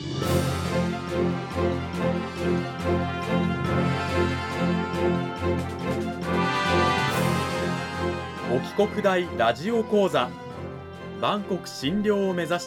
沖国大ラジオ講座、万国診療を目指して。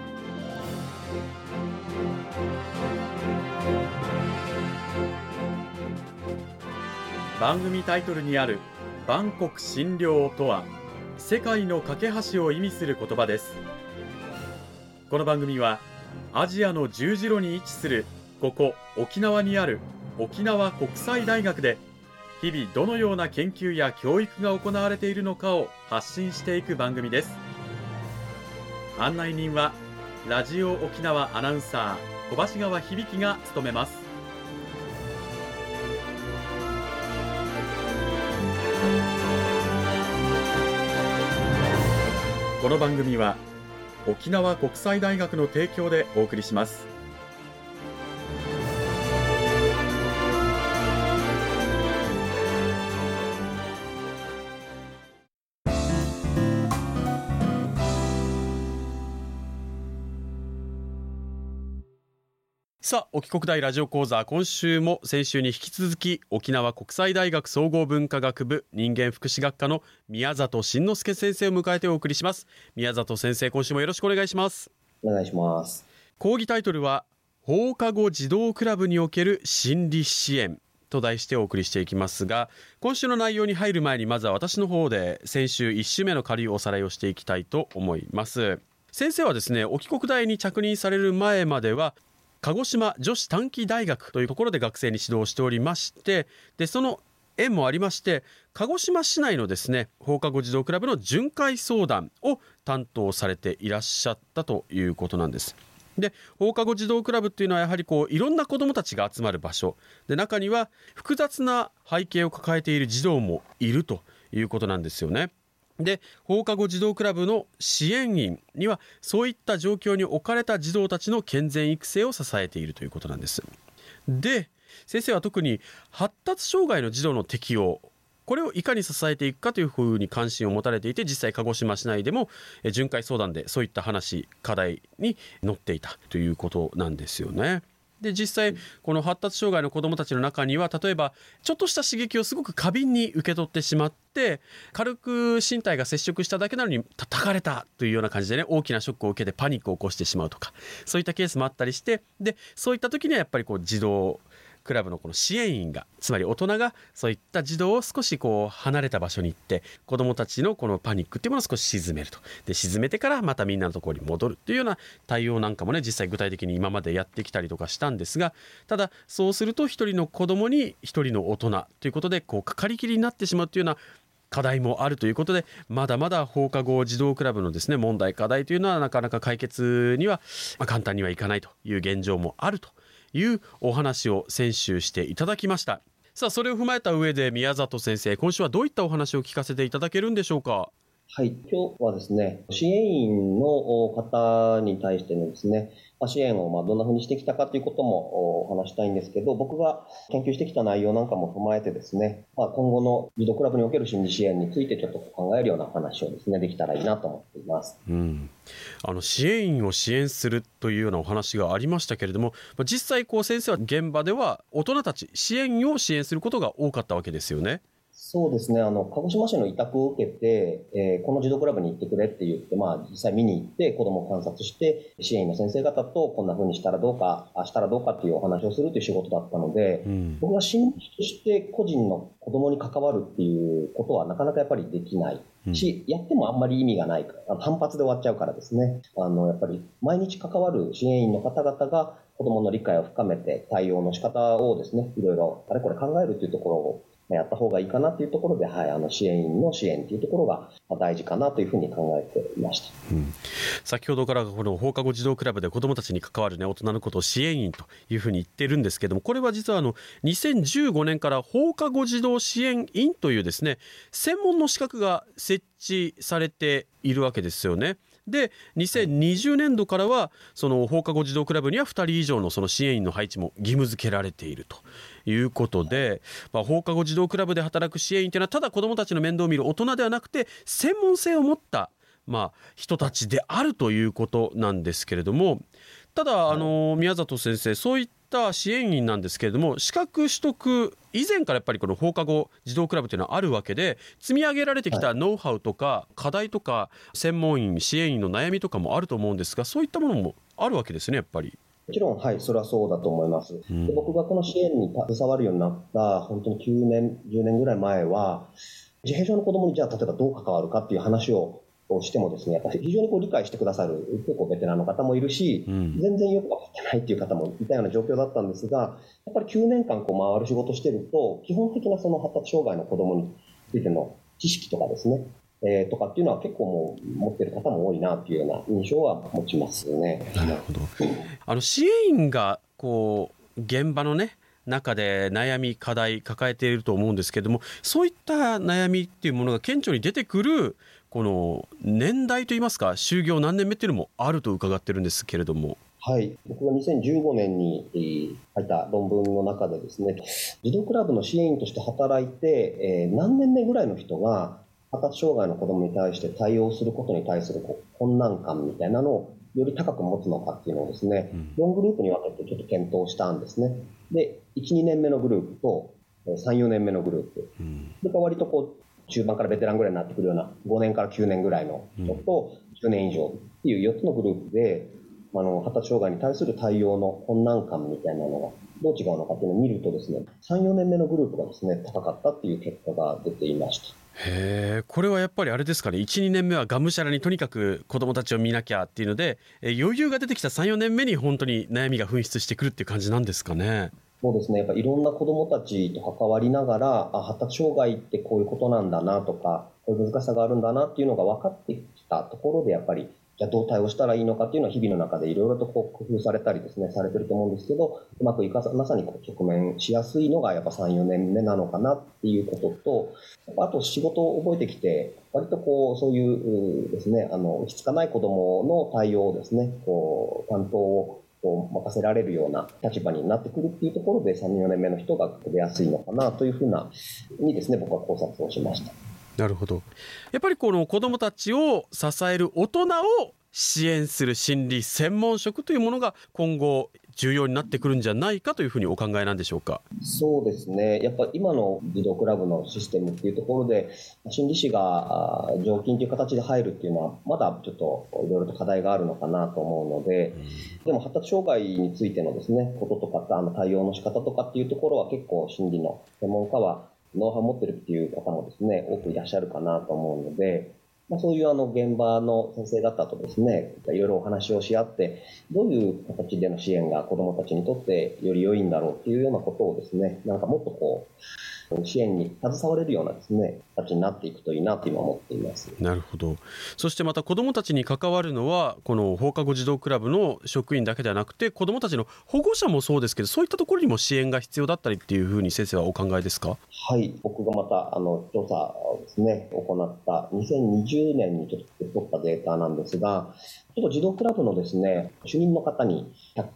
番組タイトルにある万国診療とは、世界の架け橋を意味する言葉です。この番組はアジアの十字路に位置するここ沖縄にある沖縄国際大学で、日々どのような研究や教育が行われているのかを発信していく番組です。案内人はラジオ沖縄アナウンサー小橋川響が務めます。この番組は沖縄国際大学の提供でお送りします。さあ、沖国大ラジオ講座、今週も先週に引き続き沖縄国際大学総合文化学部人間福祉学科の宮里真之介先生を迎えてお送りします。宮里先生、今週もよろしくお願いします。 お願いします。 講義タイトルは放課後児童クラブにおける心理支援と題してお送りしていきますが、今週の内容に入る前にまずは私の方で先週1週目の軽いおさらいをしていきたいと思います。先生はですね、沖国大に着任される前までは鹿児島女子短期大学というところで学生に指導しておりまして、でその縁もありまして鹿児島市内のですね放課後児童クラブの巡回相談を担当されていらっしゃったということなんです。で放課後児童クラブっていうのはやはりいろんな子どもたちが集まる場所で、中には複雑な背景を抱えている児童もいるということなんですよね。で放課後児童クラブの支援員にはそういった状況に置かれた児童たちの健全育成を支えているということなんです。で先生は特に発達障害の児童の適応、これをいかに支えていくかというふうに関心を持たれていて、実際鹿児島市内でも巡回相談でそういった話、課題に載っていたということなんですよね。で実際この発達障害の子どもたちの中には、例えばちょっとした刺激をすごく過敏に受け取ってしまって、軽く身体が接触しただけなのに叩かれたというような感じでね、大きなショックを受けてパニックを起こしてしまうとか、そういったケースもあったりして、でそういった時にはやっぱり児童クラブのこの支援員が、つまり大人がそういった児童を少し離れた場所に行って子どもたちのこのパニックっていうものを少し鎮めると。で鎮めてからまたみんなのところに戻るというような対応なんかもね、実際具体的に今までやってきたりとかしたんですが、ただそうすると一人の子どもに一人の大人ということでかかりきりになってしまうというような課題もあるということで、まだまだ放課後児童クラブのですね問題課題というのはなかなか解決には簡単にはいかないという現状もあるというお話を先週していただきました。さあそれを踏まえた上で宮里先生、今週はどういったお話を聞かせていただけるんでしょうか。 はい、今日はですね、支援員の方に対してのですね、支援をどんな風にしてきたかということもお話したいんですけど、僕が研究してきた内容なんかも踏まえてですね、今後の児童クラブにおける心理支援についてちょっと考えるような話をですね、できたらいいなと思っています。 支援員を支援するというようなお話がありましたけれども、実際先生は現場では大人たち支援員を支援することが多かったわけですよね。 そうですね、鹿児島市の委託を受けて、この児童クラブに行ってくれって言って、実際見に行って子どもを観察して支援員の先生方とこんな風にしたらどうかっていうお話をするという仕事だったので、僕が心理師として個人の子どもに関わるっていうことはなかなかやっぱりできないし、やってもあんまり意味がないから、反発で終わっちゃうからですね、やっぱり毎日関わる支援員の方々が子どもの理解を深めて対応の仕方をですね、いろいろあれこれ考えるというところをやった方がいいかなというところで、支援員の支援というところが大事かなというふうに考えていました。 先ほどからこの放課後児童クラブで子どもたちに関わる、大人のことを支援員というふうに言っているんですけども、これは実は2015年から放課後児童支援員というですね専門の資格が設置されているわけですよね。で2020年度からはその放課後児童クラブには2人以上のその支援員の配置も義務付けられているということで、放課後児童クラブで働く支援員というのはただ子どもたちの面倒を見る大人ではなくて専門性を持った人たちであるということなんですけれども、 ただ宮里先生、そういった支援員なんですけれども、資格取得以前からやっぱりこの放課後児童クラブというのはあるわけで、積み上げられてきたノウハウとか課題とか専門員支援員の悩みとかもあると思うんですが、そういったものもあるわけですね、やっぱり。 もちろん、はい、それはそうだと思います。で、僕がこの支援に携わるようになった本当に9年、10年ぐらい前は、自閉症の子どもにじゃあ例えばどう関わるかっていう話をしてもですね、やっぱり非常に理解してくださる結構ベテランの方もいるし、全然よく分かってないっていう方もいたような状況だったんですが、やっぱり9年間回る仕事してると、基本的なその発達障害の子どもについての知識とかですね、とかっていうのは結構もう持ってる方も多いなっていうような印象は持ちますね。 なるほど。支援員が現場のね中で悩み課題抱えていると思うんですけども、そういった悩みっていうものが顕著に出てくるこの年代といいますか、就業何年目っていうのもあると伺ってるんですけれども。 はい、僕が2015年に書いた論文の中でですね、児童クラブの支援員として働いて、何年目ぐらいの人が発達障害の子どもに対して対応することに対する困難感みたいなのをより高く持つのかっていうのをですね、4グループに分けてちょっと検討したんですね。で、1、2年目のグループと3、4年目のグループ。それから割と中盤からベテランぐらいになってくるような5年から9年ぐらいの人と10年以上っていう4つのグループで、発達障害に対する対応の困難感みたいなのがどう違うのかっていうのを見るとですね、3、4年目のグループがですね、高かったっていう結果が出ていました。 へえ、これはやっぱりあれですかね、1、2年目はがむしゃらにとにかく子どもたちを見なきゃっていうので、余裕が出てきた3、4年目に本当に悩みが噴出してくるっていう感じなんですかね。 そうですね、やっぱいろんな子どもたちと関わりながら、発達障害ってこういうことなんだなとか、こういう難しさがあるんだなっていうのが分かってきたところで、やっぱりじゃあどう対応したらいいのかっていうのは日々の中でいろいろと工夫されたりですね、されてると思うんですけど、うまくまさに直面しやすいのがやっぱ3、4年目なのかなっていうことと、あと仕事を覚えてきて、割とそういうですね、落ち着かない子どもの対応をですね、担当を任せられるような立場になってくるっていうところで3、4年目の人が出やすいのかなというふうにですね、僕は考察をしました。 なるほど。やっぱりこの子どもたちを支える大人を支援する心理専門職というものが今後重要になってくるんじゃないかというふうにお考えなんでしょうか。 そうですね、やっぱ今の児童クラブのシステムっていうところで心理師が常勤という形で入るっていうのはまだちょっといろいろと課題があるのかなと思うので、でも発達障害についてのですね、こととか対応の仕方とかっていうところは結構心理の専門家はノウハウを持ってるっていう方もですね、多くいらっしゃるかなと思うので、そういう現場の先生方とですね、いろいろお話をし合って、どういう形での支援が子どもたちにとってより良いんだろうっていうようなことをですね、なんかもっと支援に携われるようなですね、形になっていくといいなと今思っています。 なるほど。そしてまた子どもたちに関わるのはこの放課後児童クラブの職員だけではなくて、子どもたちの保護者もそうですけど、そういったところにも支援が必要だったりっていうふうに先生はお考えですか？ はい、僕がまた調査をですね、行った2020年にちょっと取ったデータなんですが、ちょっと児童クラブのですね、主任の方に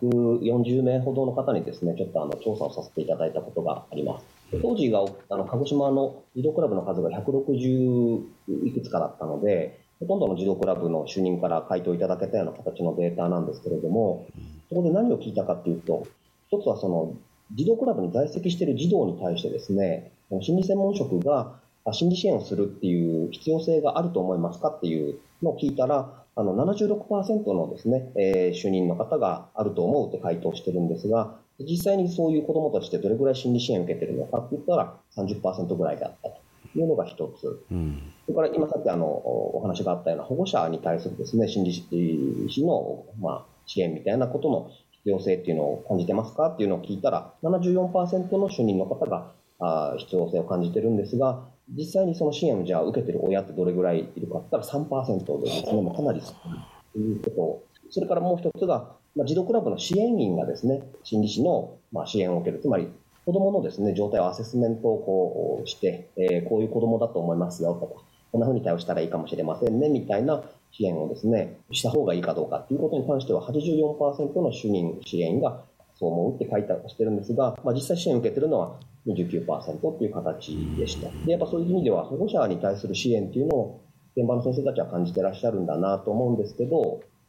140名ほどの方にですね、ちょっと調査をさせていただいたことがあります。当時が鹿児島の児童クラブの数が160いくつかだったので、ほとんどの児童クラブの主任から回答いただけたような形のデータなんですけれども、そこで何を聞いたかというと、一つは児童クラブに在籍している児童に対してですね、心理専門職が心理支援をするっていう必要性があると思いますかっていうのを聞いたら、76% のですね、主任の方があると思うって回答してるんですが、実際にそういう子どもたちってどれぐらい心理支援を受けているのかって言ったら 30% ぐらいだったというのが一つ。それから今さっきお話があったような保護者に対するですね、心理師の支援みたいなことの必要性っていうのを感じてますかっていうのを聞いたら 74% の主任の方が必要性を感じてるんですが、実際にその支援をじゃあ受けてる親ってどれぐらいいるかって言ったら 3% でですね、かなり少ないということ。それからもう一つが、児童クラブの支援員がですね、心理師の支援を受ける、つまり子どものですね、状態をアセスメントをして、こういう子どもだと思いますよとか、こんな風に対応したらいいかもしれませんねみたいな支援をですね、した方がいいかどうかということに関しては 84% の主任支援員がそう思うって書いてしてるんですが、実際支援を受けてるのは 29% っていう形でした。で、やっぱそういう意味では保護者に対する支援っていうのを現場の先生たちは感じてらっしゃるんだなと思うんですけど、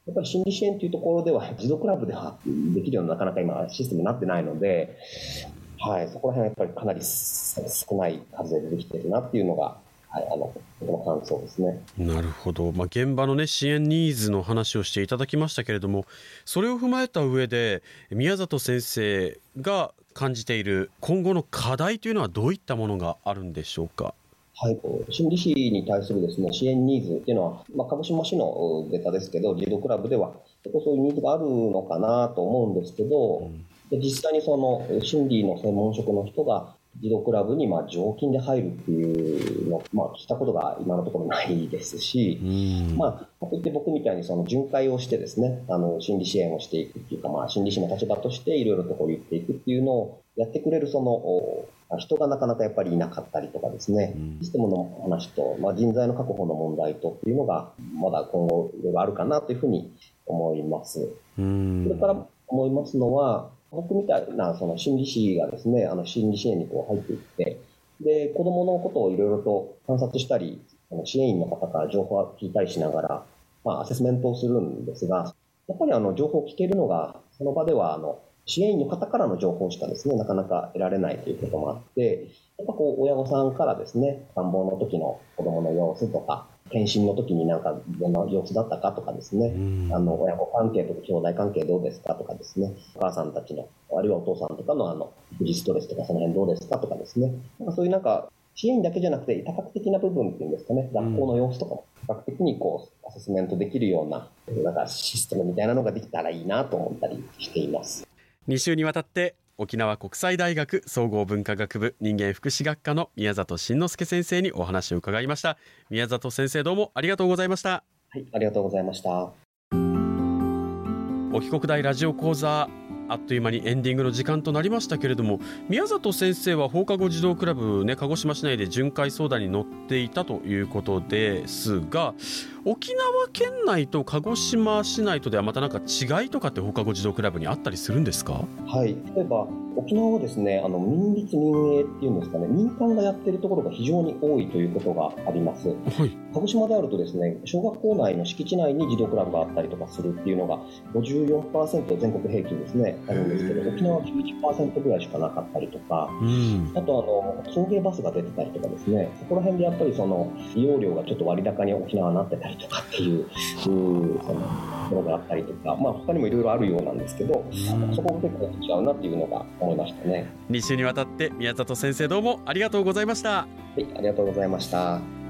やっぱり心理支援というところでは、児童クラブではできるようななかなか今システムになってないので、はい、そこら辺はやっぱりかなり少ない数でできているなっていうのが、はい、この感想ですね。 なるほど、現場の、支援ニーズの話をしていただきましたけれども、それを踏まえた上で宮里先生が感じている今後の課題というのはどういったものがあるんでしょうか。 はい、心理師に対するですね、支援ニーズっていうのは、鹿児島市のデータですけど、児童クラブでは結構そういうニーズがあるのかなと思うんですけど、で実際にその心理の専門職の人が児童クラブに常勤で入るっていうのを、聞いたことが今のところないですし、こういって僕みたいにその巡回をしてですね、心理支援をしていくっていうか、心理師の立場としていろいろとこう言っていくっていうのをやってくれるその人がなかなかやっぱりいなかったりとかですね、システムの話と、人材の確保の問題とっていうのがまだ今後いろいろあるかなというふうに思います。それから思いますのは、僕みたいなその心理師がですね、心理支援にこう入っていって、で、子供のことをいろいろと観察したり、支援員の方から情報を聞いたりしながら、アセスメントをするんですが、やっぱり情報を聞けるのが、その場では支援員の方からの情報しかですね、なかなか得られないということもあって、やっぱ親御さんからですね、繁忙の時の子供の様子とか、検診の時にどんな様子だったかとかですね、親子関係とか兄弟関係どうですかとかですね、お母さんたちの、あるいはお父さんとかの育児ストレスとかその辺どうですかとかですね、そういう支援だけじゃなくて多角的な部分っていうんですかね、学校の様子とかも多角的にアセスメントできるような、システムみたいなのができたらいいなと思ったりしています。 2週にわたって沖縄国際大学総合文化学部人間福祉学科の宮里真之介先生にお話を伺いました。宮里先生、どうもありがとうございました。 はい、ありがとうございました。 沖国大ラジオ講座、あっという間にエンディングの時間となりましたけれども、宮里先生は放課後児童クラブ鹿児島市内で巡回相談に乗っていたということですが、沖縄県内と鹿児島市内とではまた違いとかって放課後児童クラブにあったりするんですか？ はい、例えば沖縄はですね、民立民営っていうんですかね、民間がやっているところが非常に多いということがあります。はい、鹿児島であるとですね、小学校内の敷地内に児童クラブがあったりとかするっていうのが 54% 全国平均ですね、あるんですけど、沖縄は 90% ぐらいしかなかったりとか、あと送迎バスが出てたりとかですね、そこら辺でやっぱりその利用料がちょっと割高に沖縄になってたりとかっていうそのものがあったりとか、他にもいろいろあるようなんですけど、そこが結構違うなっていうのが思いましたね。 2週にわたって宮里先生、どうもありがとうございました。 はい、ありがとうございました。